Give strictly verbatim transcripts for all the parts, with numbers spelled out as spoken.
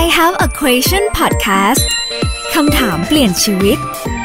I have a question podcast คำถามเปลี่ยนชีวิต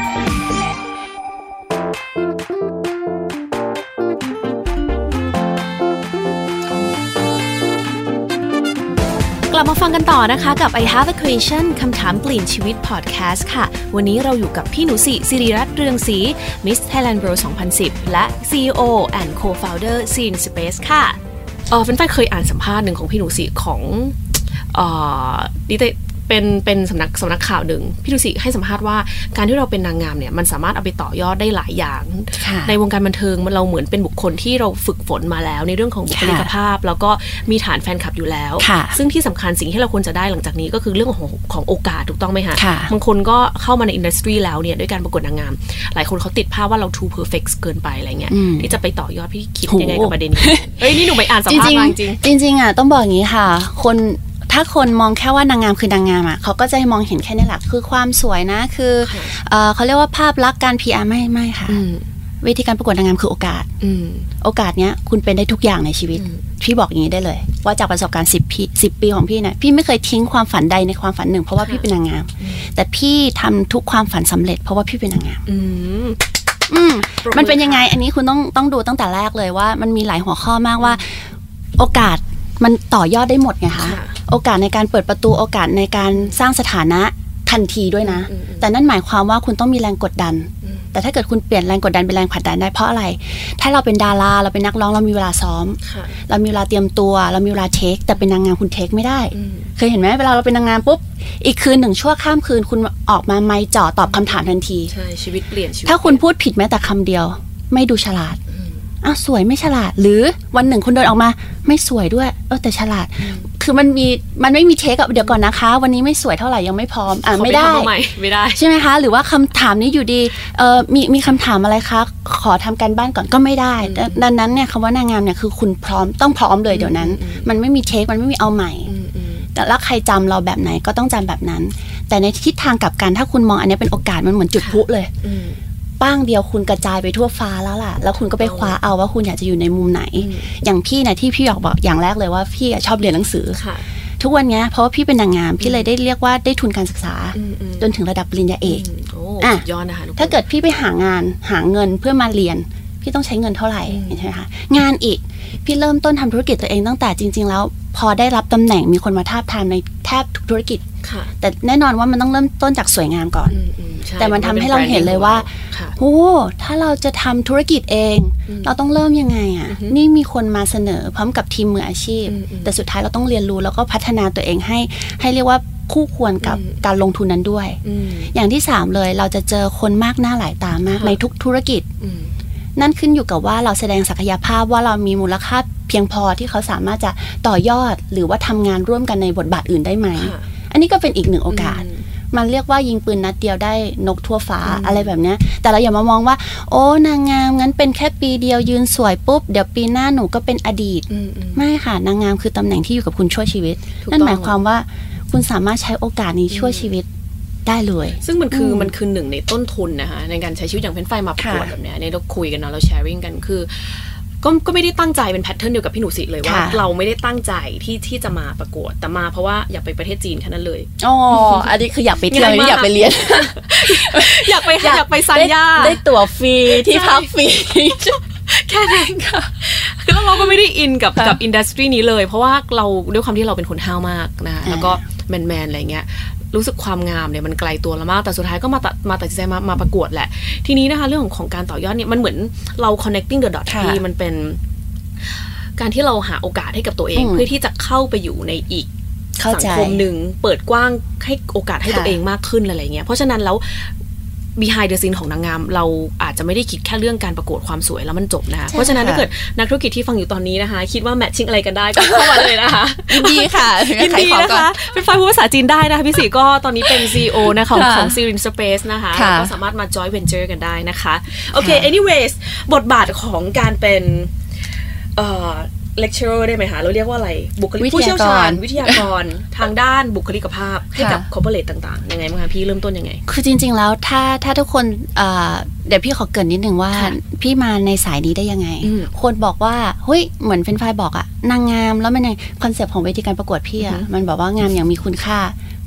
กลับมาฟังกันต่อนะคะกับ I have a question คำถามเปลี่ยนชีวิต podcast ค่ะวันนี้เราอยู่กับพี่หนูสิสิริรัตน์เรืองศรี Miss Thailand World สองพันสิบและ ซี อี โอ and Co-founder Serinspace ค่ะเออแฟนๆเคยอ่านสัมภาษณ์หนึ่งของพี่หนูสิของเอ่อดิเตเป็นเป็นสำนักสำนักข่าวหนึ่งพี่หนูสิให้สัมภาษณ์ว่าการที่เราเป็นนางงามเนี่ยมันสามารถเอาไปต่อยอดได้หลายอย่างในวงการบันเทิงมันเราเหมือนเป็นบุคคลที่เราฝึกฝนมาแล้วในเรื่องของบุคลิกภาพแล้วก็มีฐานแฟนคลับอยู่แล้วซึ่งที่สำคัญสิ่งที่เราควรจะได้หลังจากนี้ก็คือเรื่องของของโอกาสถูกต้องไหมคะบางคนก็เข้ามาในอินดัสทรีแล้วเนี่ยด้วยการประกวดนางงามหลายคนเขาติดภาพว่าเรา too perfect เกินไปอะไรเงี้ยที่จะไปต่อยอดพี่คิดยังไงกับประเด็นนี้เฮ้ยนี่หนูไปอ่านสัมภาษณ์มาจริงจริงจริงอ่ะต้องบอกอย่างนี้ค่ะคนถ้าคนมองแค่ว่านางงามคือนางงามอ่ะเขาก็จะมองเห็นแค่นี้แหละคือความสวยนะคือเอ่อเขาเรียกว่าภาพลักษณ์การ พี อาร์ ไม่ไม่ค่ะวิธีการประกวดนางงามคือโอกาสโอกาสเนี้ยคุณเป็นได้ทุกอย่างในชีวิตพี่บอกอย่างนี้ได้เลยว่าจากประสบการณ์สิบปีสิบปีของพี่เนี่ยพี่ไม่เคยทิ้งความฝันใดในความฝันหนึ่งเพราะว่าพี่เป็นนางงามแต่พี่ทำทุกความฝันสำเร็จเพราะว่าพี่เป็นนางงามอืมมันเป็นยังไงอันนี้คุณต้องต้องดูตั้งแต่แรกเลยว่ามันมีหลายหัวข้อมากว่าโอกาสมันต่อยอดได้หมดไงคะโอกาสในการเปิดประตูโอกาสในการสร้างสถานะทันทีด้วยนะแต่นั่นหมายความว่าคุณต้องมีแรงกดดันแต่ถ้าเกิดคุณเปลี่ยนแรงกดดันเป็นแรงผลักดันได้เพราะอะไรถ้าเราเป็นดาราเราเป็นนักร้องเรามีเวลาซ้อมเรามีเวลาเตรียมตัวเรามีเวลาเทคแต่เป็นนางงามคุณเทคไม่ได้เคยเห็นไหมเวลาเราเป็นนางงามปุ๊บอีกคืนหนึ่งชั่วข้ามคืนคุณออกมาไมค์จ่อตอบคำถามทันทีใช่ชีวิตเปลี่ยนชีวิตถ้าคุณพูดผิดแม้แต่คำเดียวไม่ดูฉลาดอ้าวสวยไม่ฉลาดหรือวันหนึ่งคุณเดินออกมาไม่สวยด้วยเออแต่ฉลาดคือมันมีมันไม่มีเทคอะเดี๋ยวก่อนนะคะวันนี้ไม่สวยเท่าไหร่ยังไม่พร้อมอ่ะไม่ได้ไม่ได้ใช่ไหมคะหรือว่าคำถามนี้อยู่ดีเออมีมีคำถามอะไรคะขอทำการบ้านก่อนก็ไม่ได้ดังนั้นเนี่ยคำว่านางงามเนี่ยคือคุณพร้อมต้องพร้อมเลยเดี๋ยวนั้นมันไม่มีเทคมันไม่มีเอาใหม่แต่แล้วใครจำเราแบบไหนก็ต้องจำแบบนั้นแต่ในทิศทางกลับกันถ้าคุณมองอันนี้เป็นโอกาสมันเหมือนจุดพลุเลยป้างเดียวคุณกระจายไปทั่วฟ้าแล้วล่ะแล้วคุณก็ไปคว้าเอาว่าคุณอยากจะอยู่ในมุมไหนอย่างพี่นะที่พี่อยากบอกอย่างแรกเลยว่าพี่ชอบเรียนหนังสือทุกวันนี้เพราะว่าพี่เป็นนางงามพี่เลยได้เรียกว่าได้ทุนการศึกษาจนถึงระดับปริญญาเอกอ่ะยอดนะคะถ้าเกิดพี่ไปหางานหาเงินเพื่อมาเรียนพี่ต้องใช้เงินเท่าไหร่ใช่ไหมคะงานอีกพี่เริ่มต้นทำธุรกิจตัวเองตั้งแต่จริงๆแล้วพอได้รับตำแหน่งมีคนมาทาบทามในแทบทุกธุรกิจแต่แน่นอนว่ามันต้องเริ่มต้นจากสวยงามก่อนแต่มันทำให้เราเห็นเลยว่าโอ้ถ้าเราจะทำธุรกิจเองเราต้องเริ่มยังไงอ่ะนี่มีคนมาเสนอพร้อมกับทีมมืออาชีพแต่สุดท้ายเราต้องเรียนรู้แล้วก็พัฒนาตัวเองให้ให้เรียกว่าคู่ควรกับการลงทุนนั้นด้วยอย่างที่สามเลยเราจะเจอคนมากหน้าหลายตามากในทุกธุรกิจนั่นขึ้นอยู่กับว่าเราแสดงศักยภาพว่าเรามีมูลค่าเพียงพอที่เขาสามารถจะต่อยอดหรือว่าทำงานร่วมกันในบทบาทอื่นได้ไหมอันนี้ก็เป็นอีกหนึ่งโอกาสมันเรียกว่ายิงปืนนัดเดียวได้นกทั่วฟ้าอะไรแบบนี้แต่เราอย่ามามองว่าโอ้นางงามงั้นเป็นแค่ปีเดียวยืนสวยปุ๊บเดี๋ยวปีหน้าหนูก็เป็นอดีตไม่ค่ะนางงามคือตำแหน่งที่อยู่กับคุณชั่วชีวิตนั่นหมายความว่าคุณสามารถใช้โอกาสนี้ชั่วชีวิตได้เลยซึ่งมันคือมันคือหนึ่งในต้นทุนนะคะในการใช้ชีวิตอย่างเฟ้นไฟมาประกวดแบบนี้เนี่ยเราคุยกันเนาะเราแชร์ริ่งกันคือก็ก็ไม่ได้ตั้งใจเป็นแพทเทิร์นเดียวกับพี่หนูสิเลยว่าเราไม่ได้ตั้งใจที่ที่จะมาประกวดแต่มาเพราะว่าอยากไปประเทศจีนแค่นั้นเลยอ๋ออันนี้คืออยากไปเที่ยวไม่อยากไปเรียนอยากไปอยากไปซันย่าได้ตั๋วฟรีที่พักฟรีแค่นั้นค่ะแล้วเราก็ไม่ได้อินกับกับอินดัสทรีนี้เลยเพราะว่าเราด้วยความที่เราเป็นคนห้าวมากนะคะแล้วก็แมนๆอะไรเงี้ยรู้สึกความงามเนี่ยมันไกลตัวเรามากแต่สุดท้ายก็มาตัดมาตัดสินใจมามาประกวดแหละทีนี้นะคะเรื่องของของการต่อยอดเนี่ยมันเหมือนเรา connecting the dot ที่มันเป็นการที่เราหาโอกาสให้กับตัวเองเพื่อที่จะเข้าไปอยู่ในอีกสังคมหนึ่งเปิดกว้างให้โอกาสให้ตัวเองมากขึ้นอะไรเงี้ยเพราะฉะนั้นแล้ว behind the scene ของนางงามเราอาจจะไม่ได้คิดแค่เรื่องการประกวดความสวยแล้วมันจบนะคะเพราะฉะนั้นถ้าเกิดนักธุรกิจที่ฟังอยู่ตอนนี้นะคะคิดว่าแมทชิ่งอะไรกันได้ก็เข้ามาเลยนะคะยินดีค่ะยินดีนะคะเป็นฝ่ายพูดภาษาจีนได้นะคะพี่ศรีก็ตอนนี้เป็น ซี อี โอ นะคะของ Serinspace นะคะก็สามารถมา join venture กันได้นะคะโอเค anyways บทบาทของการเป็นเอ่อlecturer ได้ไหมคะเราเรียกว่าอะไรบุคลิกผู้เชี่ยวชาญวิทยากรทางด้านบุคลิกภาพให้กับ corporate ต่างๆยังไงบ้างคะพี่เริ่มต้นยังไงคือจริงๆแล้วถ้าถ้าทุกคนเอ่อเดี๋ยวพี่ขอเกริ่นนิดนึงว่าพี่มาในสายนี้ได้ยังไงคนบอกว่าเฮ้ยเหมือนเฟรนไฟบอกอะนางงามแล้วมันในคอนเซปต์ของเวทีการประกวดพี่อะมันบอกว่างามอย่างมีคุณค่า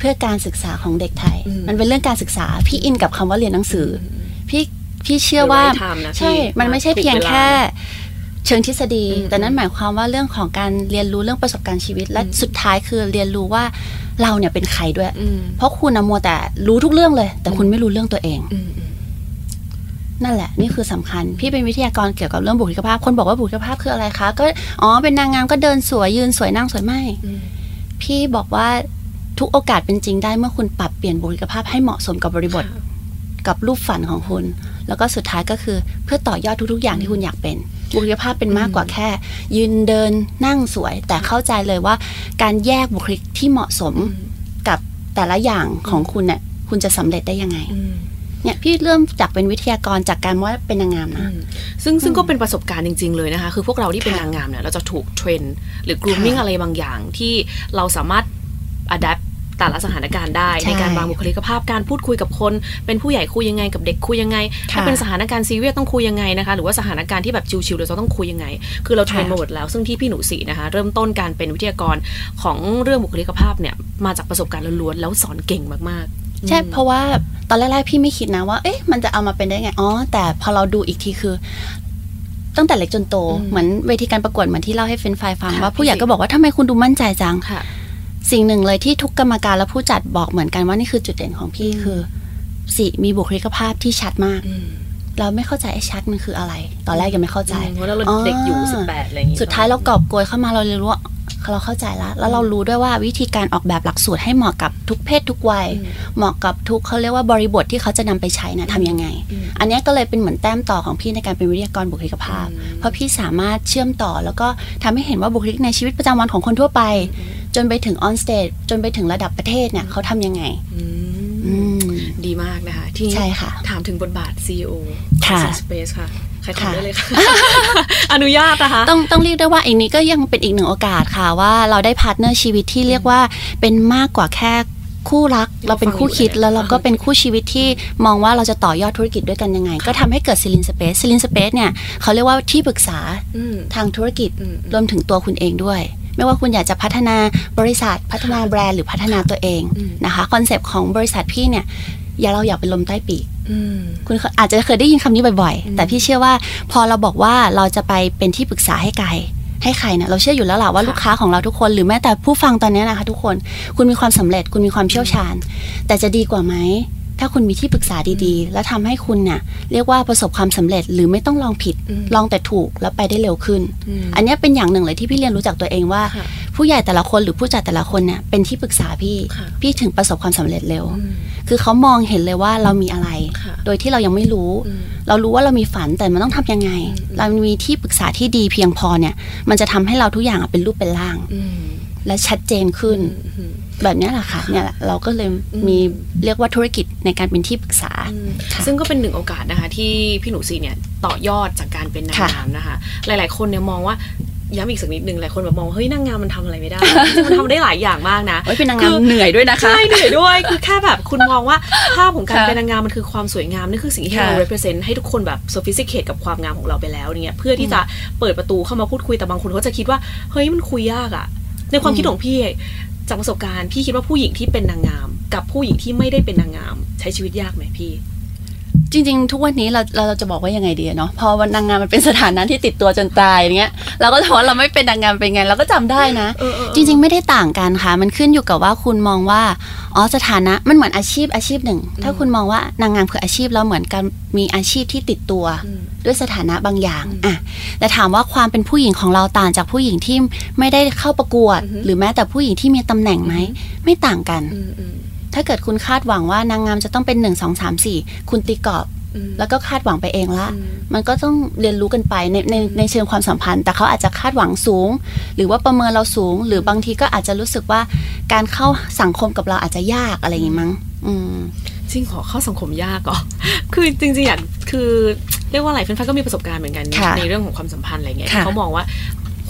พื่อการศึกษาของเด็กไทยมันเป็นเรื่องการศึกษาพี่อินกับคำว่าเรียนหนังสือพี่พี่เชื่อว่าใช่มันไม่ใช่เพียงแค่เชิงทฤษฎีแต่นั้นหมายความว่าเรื่องของการเรียนรู้เรื่องประสบการณ์ชีวิตและสุดท้ายคือเรียนรู้ว่าเราเนี่ยเป็นใครด้วยเพราะคุณนะมัวแต่รู้ทุกเรื่องเลยแต่คุณไม่รู้เรื่องตัวเองนั่นแหละนี่คือสำคัญพี่เป็นวิทยากรเกี่ยวกับเรื่องบุคลิกภาพคนบอกว่าบุคลิกภาพคืออะไรคะก็อ๋อเป็นนางงามก็เดินสวยยืนสวยนั่งสวยไม่พี่บอกว่าทุกโอกาสเป็นจริงได้เมื่อคุณปรับเปลี่ยนบุคลิกภาพให้เหมาะสมกับบริบทกับรูปฝันของคุณแล้วก็สุดท้ายก็คือเพื่อต่อยอดทุกๆอย่างที่คุณอยากเป็นบุคลิกภาพเป็นมากกว่าแค่ยืนเดินนั่งสวยแต่เข้าใจเลยว่าการแยกบุคลิกที่เหมาะสมกับแต่ละอย่างของคุณเนี่ยคุณจะสำเร็จได้ยังไงเนี่ยพี่เริ่มจากเป็นวิทยากรจากการว่าเป็นนางงามนะซึ่งซึ่งก็เป็นประสบการณ์จริงๆเลยนะคะคือพวกเราที่เป็นนางงามเนี่ยเราจะถูกเทรนหรือกรูมมิ่งอะไรบางอย่างที่เราสามารถอะแดปแต่ละสถานการณ์ได้ในการวางบุคลิกภาพการพูดคุยกับคนเป็นผู้ใหญ่คุยยังไงกับเด็กคุยยังไงถ้าเป็นสถานการณ์ซีเรียสต้องคุยยังไงนะคะหรือว่าสถานการณ์ที่แบบชิลๆเราต้องคุยยังไงคือเราเทรนมาหมดแล้วซึ่งที่พี่หนูศรีนะคะเริ่มต้นการเป็นวิทยากรของเรื่องบุคลิกภาพเนี่ยมาจากประสบการณ์ล้วนๆแล้วสอนเก่งมากๆใช่เพราะว่าตอนแรกๆพี่ไม่คิดนะว่าเอ๊ะมันจะเอามาเป็นได้ไงอ๋อแต่พอเราดูอีกทีคือตั้งแต่เล็กจนโตเหมือนเวทีการประกวดเหมือนที่เล่าให้เฟรนด์ไฟฟังว่าผู้ใหญ่ก็บอกว่าทำไมคุณดูมั่นใจจังสิ่งหนึ่งเลยที่ทุกกรรมการและผู้จัดบอกเหมือนกันว่านี่คือจุดเด่นของพี่คือสิมีบุคลิกภาพที่ชัดมากเราไม่เข้าใจไอ้ชัดมันคืออะไรตอนแรกยังไม่เข้าใจเพราะเราเด็กอยู่สิบแปดอะไรอย่างงี้สุดท้ายเรากอบโกยเข้ามาเราเลยรู้ว่าเราเข้าใจแล้วแล้วเรารู้ด้วยว่าวิธีการออกแบบหลักสูตรให้เหมาะกับทุกเพศทุกวัยเหมาะกับทุกเขาเรียกว่าบริบทที่เขาจะนำไปใช้นะทำยังไงอันนี้ก็เลยเป็นเหมือนแต้มต่อของพี่ในการเป็นวิทยากรบุคลิกภาพเพราะพี่สามารถเชื่อมต่อแล้วก็ทำให้เห็นว่าบุคลิกในชีวิตประจำวันของคนทั่วไปจนไปถึงออนสเตจจนไปถึงระดับประเทศเนี่ยเขาทำยังไงดีมากนะคะที่ถามถึงบทบาท ซี อี โอ ของ Space ค่ะใครทำได้เลยค่ะอนุญาตนะคะต้องต้องเรียกได้ว่าอีกนี้ก็ยังเป็นอีกหนึ่งโอกาสค่ะว่าเราได้พาร์ทเนอร์ชีวิตที่เรียกว่าเป็นมากกว่าแค่คู่รักเราเป็นคู่คิดแล้วเราก็เป็นคู่ชีวิตที่มองว่าเราจะต่อยอดธุรกิจด้วยกันยังไงก็ทำให้เกิดซิลินสเปซซิลินสเปซเนี่ยเขาเรียกว่าที่ปรึกษาทางธุรกิจรวมถึงตัวคุณเองด้วยไม่ว่าคุณอยากจะพัฒนาบริษัทพัฒนาแบรนด์หรือพัฒนาตัวเองนะคะคอนเซปต์ของบริษัทพี่เนี่ยอย่าเราอยากเป็นลมใต้ปีกคุณอาจจะเคยได้ยินคำนี้บ่อยๆแต่พี่เชื่อว่าพอเราบอกว่าเราจะไปเป็นที่ปรึกษาให้ใครให้ใครเนี่ยเราเชื่ออยู่แล้วล่ะว่าลูกค้าของเราทุกคนหรือแม้แต่ผู้ฟังตอนนี้นะคะทุกคนคุณมีความสำเร็จคุณมีความเชี่ยวชาญแต่จะดีกว่าไหมถ้าคุณมีที่ปรึกษาดีๆแล้วทำให้คุณเนี่ยเรียกว่าประสบความสำเร็จหรือไม่ต้องลองผิดลองแต่ถูกแล้วไปได้เร็วขึ้นอันนี้เป็นอย่างหนึ่งเลยที่พี่เรียนรู้จากตัวเองว่าผู้ใหญ่แต่ละคนหรือผู้จัดแต่ละคนเนี่ยเป็นที่ปรึกษาพี่พี่ถึงประสบความสำเร็จเร็วคือเขามองเห็นเลยว่าเรามีอะไรโดยที่เรายังไม่รู้เรารู้ว่าเรามีฝันแต่มันต้องทำยังไงเรามีที่ปรึกษาที่ดีเพียงพอเนี่ยมันจะทำให้เราทุกอย่างเป็นรูปเป็นร่างและชัดเจนขึ้นแบบนี้แหละค่ะเนี่ยเราก็เลยมีเรียกว่าธุรกิจในการเป็นที่ปรึกษาซึ่งก็เป็นหนึ่งโอกาสนะคะที่พี่หนูศรีเนี่ยต่อยอดจากการเป็นนางงามนะคะหลายๆคนเนี่ยมองว่าย้ำอีกสักนิดนึงหลายคนแบบมองเฮ้ยนางงามมันทำอะไรไม่ได้จริงมันทำได้หลายอย่างมากนะเป็นนางงามเหนื่อยด้วยนะคะใช่เหนื่อยด้วยคือแค่แบบคุณมองว่าภาพของการเป็นนางงามมันคือความสวยงามนี่คือสิ่งที่เรา represent ให้ทุกคนแบบ sophisticate กับความงามของเราไปแล้วเนี่ยเพื่อที่จะเปิดประตูเข้ามาพูดคุยแต่บางคนเขาจะคิดว่าเฮ้ยมันคุยยากอะในความคิดของพี่จากประสบการณ์พี่คิดว่าผู้หญิงที่เป็นนางงามกับผู้หญิงที่ไม่ได้เป็นนางงามใช้ชีวิตยากไหมพี่จริงๆทุกวันนี้เราเราจะบอกว่ายังไงดีเนาะพอวันนางงามมันเป็นสถานะที่ติดตัวจนตายอย่างเงี้ยเราก็จะว่าเราไม่เป็นนางงามเป็นไงเราก็จำได้นะจริงๆไม่ได้ต่างกันค่ะมันขึ้นอยู่กับว่าคุณมองว่าอ๋อสถานะมันเหมือนอาชีพอาชีพหนึ่งถ้าคุณมองว่านางงามคืออาชีพแล้วเหมือนกันมีอาชีพที่ติดตัวด้วยสถานะบางอย่างอ่ะแต่ถามว่าความเป็นผู้หญิงของเราต่างจากผู้หญิงที่ไม่ได้เข้าประกวดหรือแม้แต่ผู้หญิงที่มีตำแหน่งไหมไม่ต่างกันถ้าเกิดคุณคาดหวังว่านางงามจะต้องเป็นหนึ่งสองสามสี่คุณตีกรอบแล้วก็คาดหวังไปเองละมันก็ต้องเรียนรู้กันไปในในในเชิงความสัมพันธ์แต่เขาอาจจะคาดหวังสูงหรือว่าประเมินเราสูงหรือบางทีก็อาจจะรู้สึกว่าการเข้าสังคมกับเราอาจจะยากอะไรอย่างงี้มั้งจริงขอเข้าสังคมยากเหรอคือจริงๆอยากคือเรียกว่าอะไรแฟนๆก็มีประสบการณ์เหมือนกันในเรื่องของความสัมพันธ์อะไรเงี้ยเขามองว่า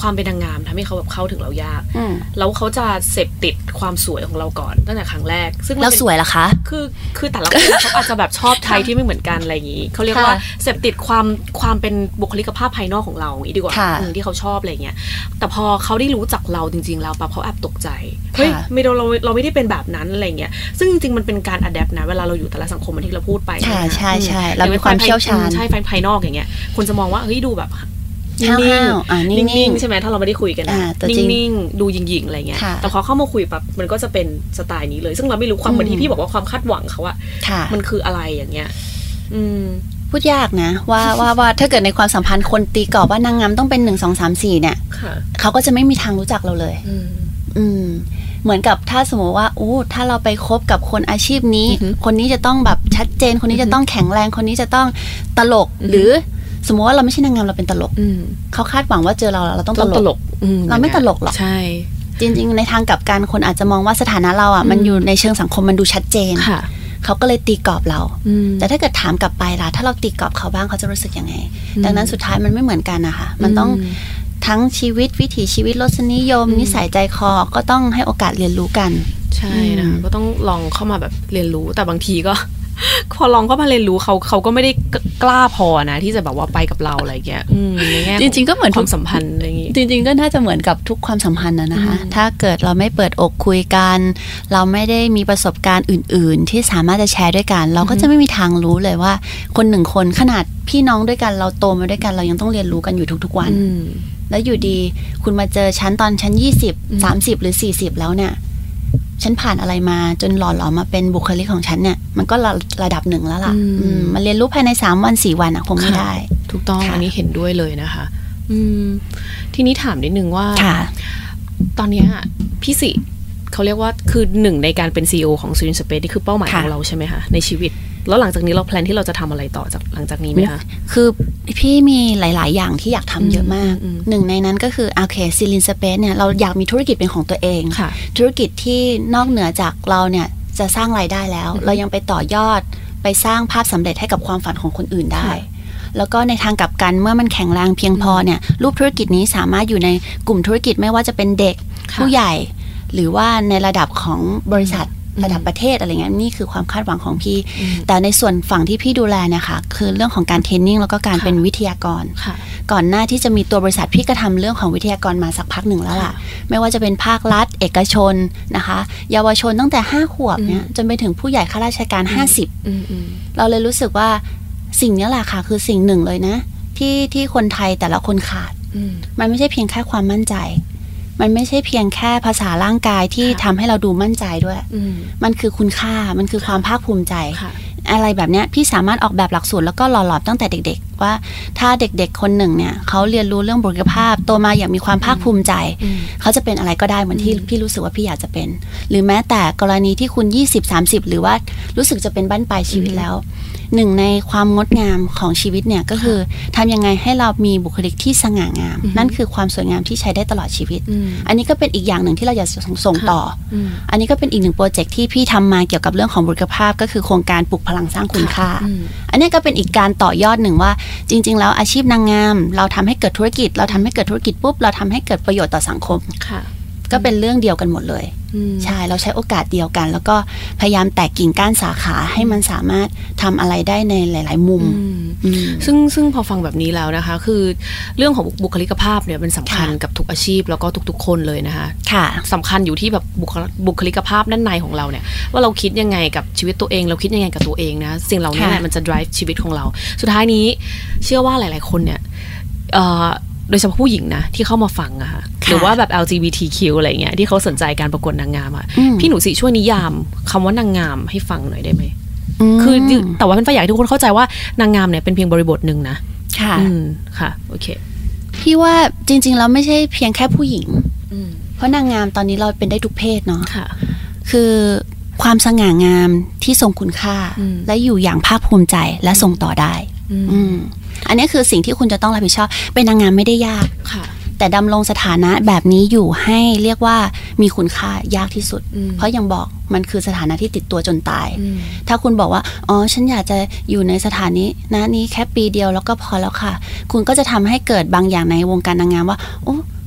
ความเป็นนางงามทำให้เขาแบบเข้าถึงเรายากแล้วเขาจะเสพติดความสวยของเราก่อนตั้งแต่ครั้งแรกซึ่งเราสวยเหรอคะคือคือแต่ละคนเขาอาจจะแบบชอบไทยที่ไม่เหมือนกันอะไรอย่างนี้เขาเรียกว่าเสพติดความความเป็นบุคลิกภาพภายนอกของเราอย่างนี้ดีกว่าที่เขาชอบอะไรเงี้ยแต่พอเขาได้รู้จักเราจริงๆแล้วปั๊บเขาแอบตกใจเฮ้ยไม่เราเราไม่ได้เป็นแบบนั้นอะไรเงี้ยซึ่งจริงๆมันเป็นการอัดแอปนะเวลาเราอยู่แต่ละสังคมที่เราพูดไปใช่ใช่ใช่เรามีความเชี่ยวชาญใช่ภายนอกอย่างเงี้ยคนจะมองว่าเฮ้ยดูแบบนิ่งๆนิ่งๆใช่ไหมถ้าเราไม่ได้คุยกันนิ่งๆดูหยิ่งๆอะไรเงี้ยแต่พอเข้ามาคุยปั๊บมันก็จะเป็นสไตล์นี้เลยซึ่งเราไม่รู้ความเหมือนที่พี่บอกว่าความคาดหวังเขาอะมันคืออะไรอย่างเงี้ยพูดยากนะว่าว่าว่าถ้าเกิดในความสัมพันธ์คนตีกรอบว่านางงามต้องเป็นหนึ่งสองสามสี่เนี่ยเขาก็จะไม่มีทางรู้จักเราเลยอืมเหมือนกับถ้าสมมติว่าโอ้ถ้าเราไปคบกับคนอาชีพนี้คนนี้จะต้องแบบชัดเจนคนนี้จะต้องแข็งแรงคนนี้จะต้องตลกหรือสมมติว่าเราไม่ใช่นางงามเราเป็นตลกเขาคาดหวังว่าเจอเราเราต้องตลกเราไม่ตลกหรอกใช่จริงๆในทางกลับกันคนอาจจะมองว่าสถานะเราอ่ะมันอยู่ในเชิงสังคมมันดูชัดเจนเขาก็เลยตีกรอบเราแต่ถ้าเกิดถามกลับไปล่ะถ้าเราตีกรอบเขาบ้างเขาจะรู้สึกยังไงดังนั้นสุดท้ายมันไม่เหมือนกันนะคะมันต้องทั้งชีวิตวิถีชีวิตรสนิยมนิสัยใจคอก็ต้องให้โอกาสเรียนรู้กันใช่นะคะก็ต้องลองเข้ามาแบบเรียนรู้แต่บางทีก็พอลองเข้ามาเรียนรู้เขาเขาก็ไม่ได้กล้าพอนะที่จะแบบว่าไปกับเราอะไรเงี้ยในแง่จริงๆก็เหมือนความสัมพันธ์อะไรอย่างงี้จริงๆก็น่าจะเหมือนกับทุกความสัมพันธ์นะนะคะถ้าเกิดเราไม่เปิดอกคุยกันเราไม่ได้มีประสบการณ์อื่นๆที่สามารถจะแชร์ด้วยกันเราก็จะไม่มีทางรู้เลยว่าคนหนึ่งคนขนาดพี่น้องด้วยกันเราโตมาด้วยกันเรายังต้องเรียนรู้กันอยู่ทุกๆวันแล้วอยู่ดีคุณมาเจอฉันตอนฉันยี่สิบ สามสิบหรือสี่สิบแล้วเนี่ยฉันผ่านอะไรมาจนหล่อหลอมมาเป็นบุคลิกของฉันเนี่ยมันก็ระระดับหนึ่งแล้วล่ะมันเรียนรู้ภายในสามวันสี่วันอ่ะคงไม่ได้ถูกต้องอันนี้เห็นด้วยเลยนะคะอืมทีนี้ถามนิดนึงว่าตอนนี้พี่สิเขาเรียกว่าคือหนึ่งในการเป็น ซี อี โอ ของ Serene Space นี่คือเป้าหมายของเราใช่ไหมคะในชีวิตแล้วหลังจากนี้เราแพลนที่เราจะทำอะไรต่อจากหลังจากนี้ไหมคะคือพี่มีหลายๆอย่างที่อยากทำเยอะมากหนึ่งในนั้นก็คือโอเค Serene Space เนี่ยเราอยากมีธุรกิจเป็นของตัวเองธุรกิจที่นอกเหนือจากเราเนี่ยจะสร้างรายได้แล้วเรายังไปต่อยอดไปสร้างภาพสำเร็จให้กับความฝันของคนอื่นได้แล้วก็ในทางกลับกันเมื่อมันแข็งแรงเพียงพอเนี่ยรูปธุรกิจนี้สามารถอยู่ในกลุ่มธุรกิจไม่ว่าจะเป็นเด็กผู้ใหญ่หรือว่าในระดับของบริษัทระดับประเทศอะไรเงี้ยนี่คือความคาดหวังของพี่แต่ในส่วนฝั่งที่พี่ดูแลเนี่ยค่ะคือเรื่องของการเทรนนิ่งแล้วก็การเป็นวิทยากรก่อนหน้าที่จะมีตัวบริษัทพี่ก็ทำเรื่องของวิทยากรมาสักพักหนึ่งแล้วล่ะไม่ว่าจะเป็นภาครัฐเอกชนนะคะเยาวชนตั้งแต่ห้าขวบเนี่ยจนไปถึงผู้ใหญ่ข้าราชการห้าสิบเราเลยรู้สึกว่าสิ่งนี้แหละค่ะคือสิ่งหนึ่งเลยนะที่ที่คนไทยแต่ละคนขาดมันไม่ใช่เพียงแค่ความมั่นใจมันไม่ใช่เพียงแค่ภาษาร่างกายที่ทำให้เราดูมั่นใจด้วยมันคือคุณค่ามันคือความภาคภูมิใจอะไรแบบนี้พี่สามารถออกแบบหลักสูตรแล้วก็หล่อหลอมตั้งแต่เด็กๆว่าถ้าเด็กๆคนหนึ่งเนี่ยเขาเรียนรู้เรื่องบุคลิกภาพโตมาอย่างมีความภาคภูมิใจเขาจะเป็นอะไรก็ได้เหมือนที่พี่รู้สึกว่าพี่อยากจะเป็นหรือแม้แต่กรณีที่คุณยี่สิบ สามสิบหรือว่ารู้สึกจะเป็นบั้นปลายชีวิตแล้วหนึ่งในความงดงามของชีวิตเนี่ยก็คือทำยังไงให้เรามีบุคลิกที่สง่างามนั่นคือความสวยงามที่ใช้ได้ตลอดชีวิตอันนี้ก็เป็นอีกอย่างหนึ่งที่เราอยากส่งต่ออันนี้ก็เป็นอีกหนึ่งโปรเจกต์ที่พี่ทำมาเกี่ยวกับเรื่องของบุคลิกภาพก็คือโครงการปลุกพลังสร้างคุณค่าอันนี้ก็เป็นอีกการต่อยอดหนึ่งว่าจริงๆแล้วอาชีพนางงามเราทำให้เกิดธุรกิจเราทำให้เกิดธุรกิจปุ๊บเราทำให้เกิดประโยชน์ต่อสังคมก็เป็นเรื่องเดียวกันหมดเลยใช่เราใช้โอกาสเดียวกันแล้วก็พยายามแตกกิ่งก้านสาขาให้มันสามารถทำอะไรได้ในหลายๆมุมซึ่งซึ่งพอฟังแบบนี้แล้วนะคะคือเรื่องของบุคลิกภาพเนี่ยเป็นสำคัญกับทุกอาชีพแล้วก็ทุกๆคนเลยนะคะค่ะสำคัญอยู่ที่แบบบุคลิกภาพด้านในของเราเนี่ยว่าเราคิดยังไงกับชีวิตตัวเองเราคิดยังไงกับตัวเองนะสิ่งเหล่านี้แหละมันจะ drive ชีวิตของเราสุดท้ายนี้เชื่อว่าหลายๆคนเนี่ยโดยเฉพาะผู้หญิงนะที่เข้ามาฟังอะค่ะหรือว่าแบบ แอล จี บี ที คิว อะไรเงี้ยที่เขาสนใจการประกวดนางงามอะพี่หนูสิช่วยนิยามคำว่านางงามให้ฟังหน่อยได้ไหมคือแต่ว่าเป็นฝ่ายอยากให้ทุกคนเข้าใจว่านางงามเนี่ยเป็นเพียงบริบทหนึ่งนะค่ะค่ะโอเคพี่ว่าจริงๆแล้วไม่ใช่เพียงแค่ผู้หญิงเพราะนางงามตอนนี้เราเป็นได้ทุกเพศเนาะคือความสง่างามที่ทรงคุณค่าและอยู่อย่างภาคภูมิใจและส่งต่อได้อันนี้คือสิ่งที่คุณจะต้องรับผิดชอบเป็นนางงามไม่ได้ยากแต่ดำรงสถานะแบบนี้อยู่ให้เรียกว่ามีคุณค่ายากที่สุดเพราะยังบอกมันคือสถานะที่ติดตัวจนตายถ้าคุณบอกว่าอ๋อฉันอยากจะอยู่ในสถานีนะนี้แค่ปีเดียวแล้วก็พอแล้วค่ะคุณก็จะทำให้เกิดบางอย่างในวงการนางงามว่าโอ้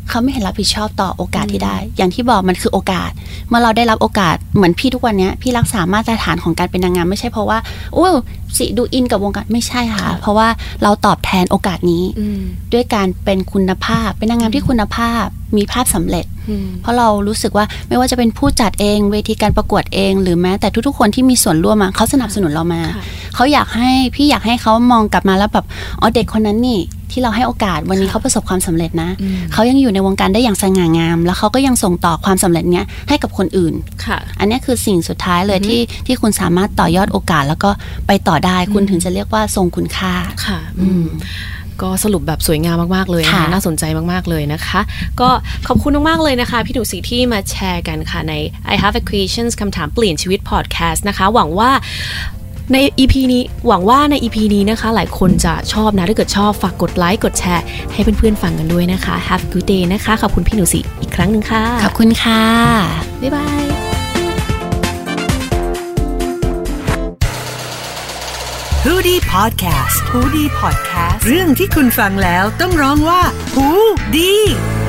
เขาไม่เห็นรับผิดชอบต่อโอกาสที่ได้อย่างที่บอกมันคือโอกาสเมื่อเราได้รับโอกาสเหมือนพี่ทุกวันนี้พี่รักษามาตรฐานของการเป็นนางงามไม่ใช่เพราะว่าโอ้สิดูอินกับวงการไม่ใช่ค่ะเพราะว่าเราตอบแทนโอกาสนี้ด้วยการเป็นคุณภาพเป็นนางงามที่คุณภาพมีภาพสำเร็จเพราะเรารู้สึกว่าไม่ว่าจะเป็นผู้จัดเองเวทีการประกวดเองหรือแม้แต่ทุกๆคนที่มีส่วนร่วมมาเขาสนับสนุนเรามาเขาอยากให้พี่อยากให้เขามองกลับมาแล้วแบบอ๋อเด็กคนนั้นนี่ที่เราให้โอกาสวันนี้เขาประสบความสำเร็จนะเขายังอยู่ในวงการได้อย่างสง่างามแล้วเขาก็ยังส่งต่อความสำเร็จเนี้ยให้กับคนอื่นอันนี้คือสิ่งสุดท้ายเลยที่ที่คุณสามารถต่อยอดโอกาสแล้วก็ไปต่อได้คุณถึงจะเรียกว่าทรงคุณค่าค่ะก็สรุปแบบสวยงามมากๆเลยนะคะน่าสนใจมากๆเลยนะคะก็ขอบคุณมากๆเลยนะคะพี่หนูศรีที่มาแชร์กันค่ะใน I Have a Questions คำถามเปลี่ยนชีวิต podcast นะคะหวังว่าใน อี พี นี้หวังว่าใน อี พี นี้นะคะหลายคนจะชอบนะถ้าเกิดชอบฝากกดไลค์กดแชร์ให้เพื่อนๆฟังกันด้วยนะคะ Have a good day นะคะขอบคุณพี่หนูศรีอีกครั้งหนึ่งค่ะขอบคุณค่ะบ๊ายบายฮูดี้พอดแคสต์ฮูดี้พอดแคสต์เรื่องที่คุณฟังแล้วต้องร้องว่าฮูดี้